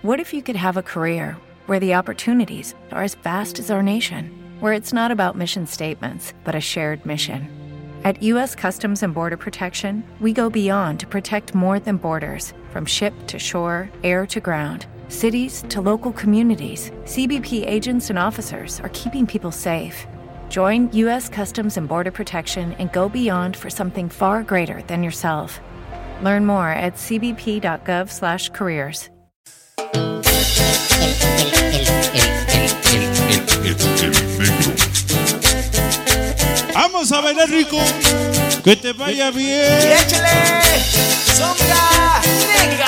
What if you could have a career where the opportunities are as vast as our nation, where it's not about mission statements, but a shared mission? At U.S. Customs and Border Protection, we go beyond to protect more than borders. From ship to shore, air to ground, cities to local communities, CBP agents and officers are keeping people safe. Join U.S. Customs and Border Protection and go beyond for something far greater than yourself. Learn more at cbp.gov/careers. Vamos a bailar rico, que te vaya bien. Y échale sombra negra.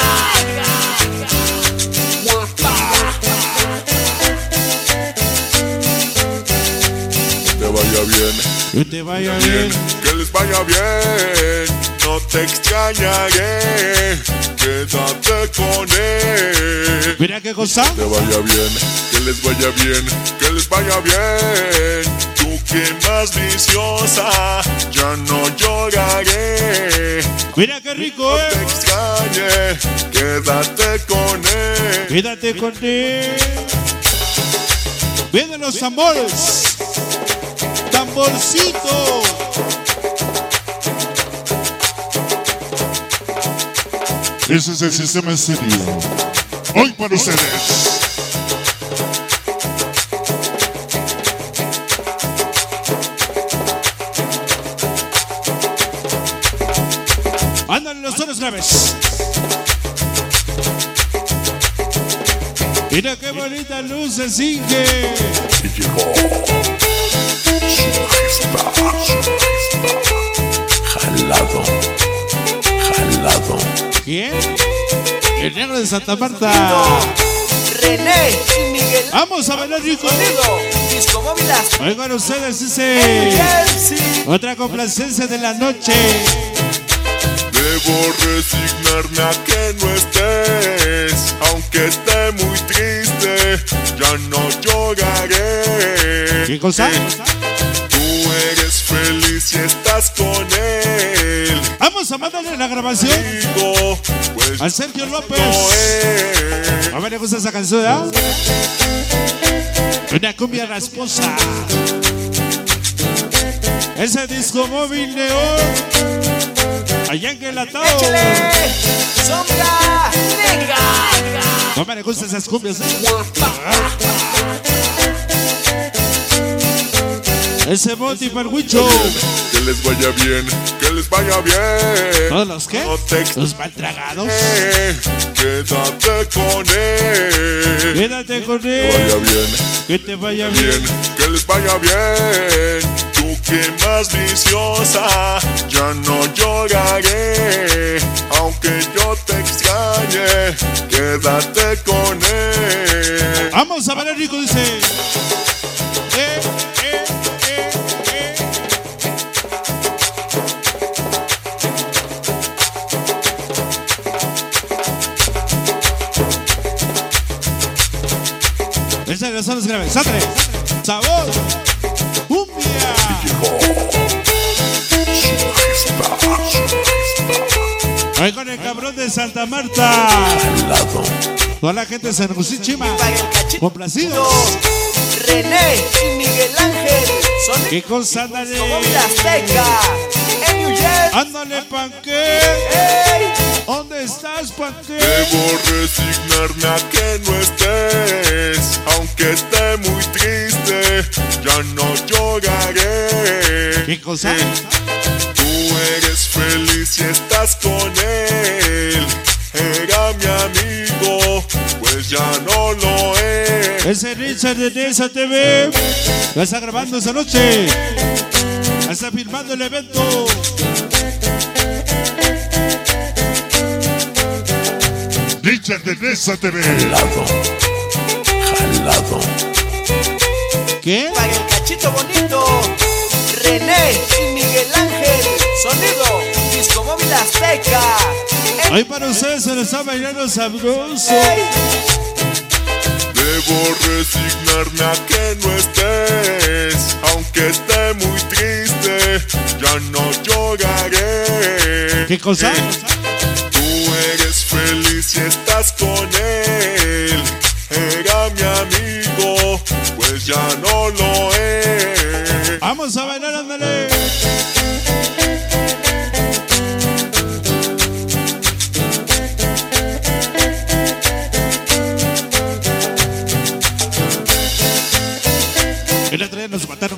Que te vaya bien, que te vaya bien, que les vaya bien. No te extrañaré, quédate con él. Mira qué cosa. Que te vaya bien, que les vaya bien, que les vaya bien. Tú que más viciosa, ya no lloraré. Mira qué rico, No te extrañe, quédate con él. Quédate con él. Vienen los tambores. Tamborcito. Ese es el sistema estéreo. Hoy para ustedes. Andan los tonos graves. Mira qué bonita luz se sigue. Y llegó su majestad. Jalado. ¿Quién? El negro de Santa Marta. René y Miguel. Vamos a bailar rico. Sonido, Disco Móvil. Oigan ustedes, dice. Otra complacencia de la noche. Debo resignarme a que no estés, aunque esté muy triste, ya no lloraré. ¿Qué cosa? Tú eres feliz y estás con él. Vamos a mandarle la grabación Digo, pues al Sergio López. no es. A ver, ¿le gusta esa canción? ¿Eh? Una cumbia rasposa. Ese disco móvil de hoy. Allá en Guelatao. Échale sombra negra. No me gustan esas cumbias. Ese Monty Parhuicho. Que les vaya bien, que les vaya bien. ¿Todos los qué? No te Los maltragados. Quédate con él. Quédate con Que vaya él. bien, Que te vaya bien. bien, que les vaya bien. Tú que más viciosa, ya no lloraré. Aunque yo te extrañe, quédate con él. Vamos a ver, rico, dice. Eh. Esas son las graves. ¡Satre! ¡Sabor! ¡Cumbia! Ahí con el cabrón de Santa Marta. Toda la gente de San José Chima. Complacidos. René y Miguel Ángel. Sonido, ¿Qué cosa, ándale? Disco Móvil Azteca. En New Jersey. Ándale, Panque. Ey. ¿Dónde estás, Panque? Debo resignarme a que no estés, aunque esté muy triste, ya no lloraré. ¿Qué cosa? Tú eres feliz y estás con él. Era mi amigo, pues ya no lo es. Ese Richard de Nesa TV. Lo está grabando esta noche. Está filmando el evento. Richard de Nesa TV. Jalado. ¿Qué? Para el cachito bonito. René y Miguel Ángel. Sonido, Disco Móvil Azteca. Ahí para ustedes se lo está bailando sabroso. Debo resignarme a que no estés, aunque esté muy triste, ya no lloraré. ¿Qué cosa? Tú eres feliz y estás con él.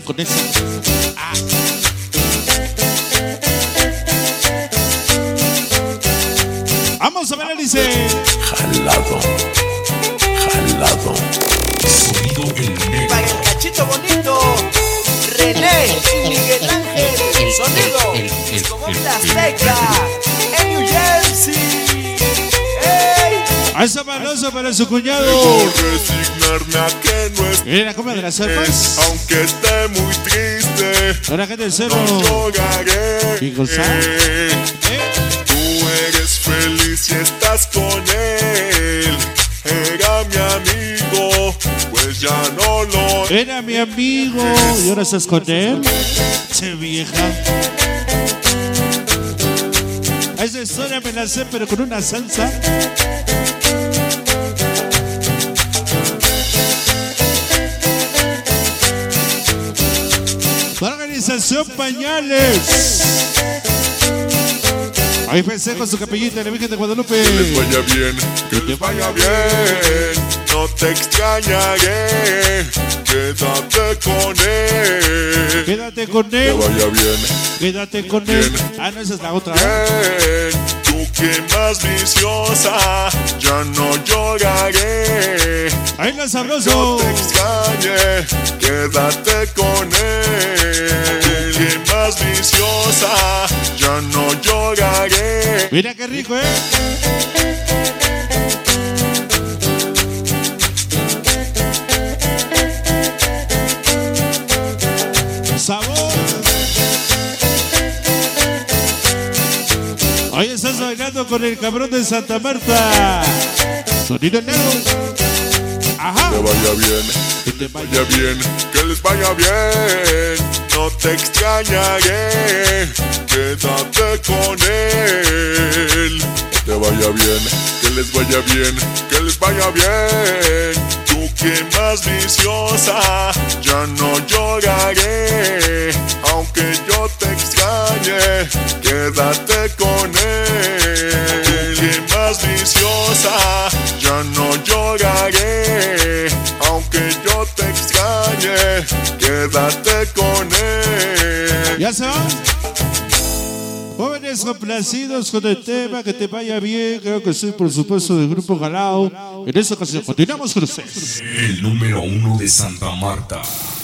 con esa. Ah. Vamos a ver, dice. Jalado. Sonido el negro. Para el cachito bonito, René y Miguel Ángel. Sonido Discomóvil Azteca en New Jersey. ¡Ey! A esa manosa para su cuñado. Debo resignarme a que no estés. Mira, come de las almas. Aunque esté muy triste, Ahora gente del cero. no lloraré. Y gozar. Tú eres feliz y estás con él. Era mi amigo, pues ya no lo Era mi amigo. ¿Y ahora estás con él? Che vieja. A esa historia me la sé, pero con una salsa. La organización Pañales. Ahí festejo su capellita de la Virgen de Guadalupe. Que les vaya bien, que les vaya bien. No te extrañaré, quédate con él. Quédate con Que él. vaya bien, Quédate con él. Ah, no, esa es la otra. bien. Tú que más viciosa, ya no lloraré. Ahí la No sabroso. te extrañe, quédate con él. Tú que más viciosa, ya no lloraré. Mira qué rico, Sabor. Hoy estás bailando con el cabrón de Santa Marta. Sonido negro. Ajá. Que vaya bien, Que te vaya bien, que les vaya bien. No te extrañaré, quédate con él. Que te vaya bien, que les vaya bien, que les vaya bien. Tú que más viciosa, ya no lloraré. Aunque yo te extrañe, quédate con él. Tú que más viciosa, ya no lloraré. Aunque yo te extrañe, quédate con él. ¿Ya se van? Jóvenes complacidos con el tema, que te vaya bien. Creo que sí, por supuesto, del Grupo Galao. En esta ocasión continuamos con ustedes. El número 1 de Santa Marta.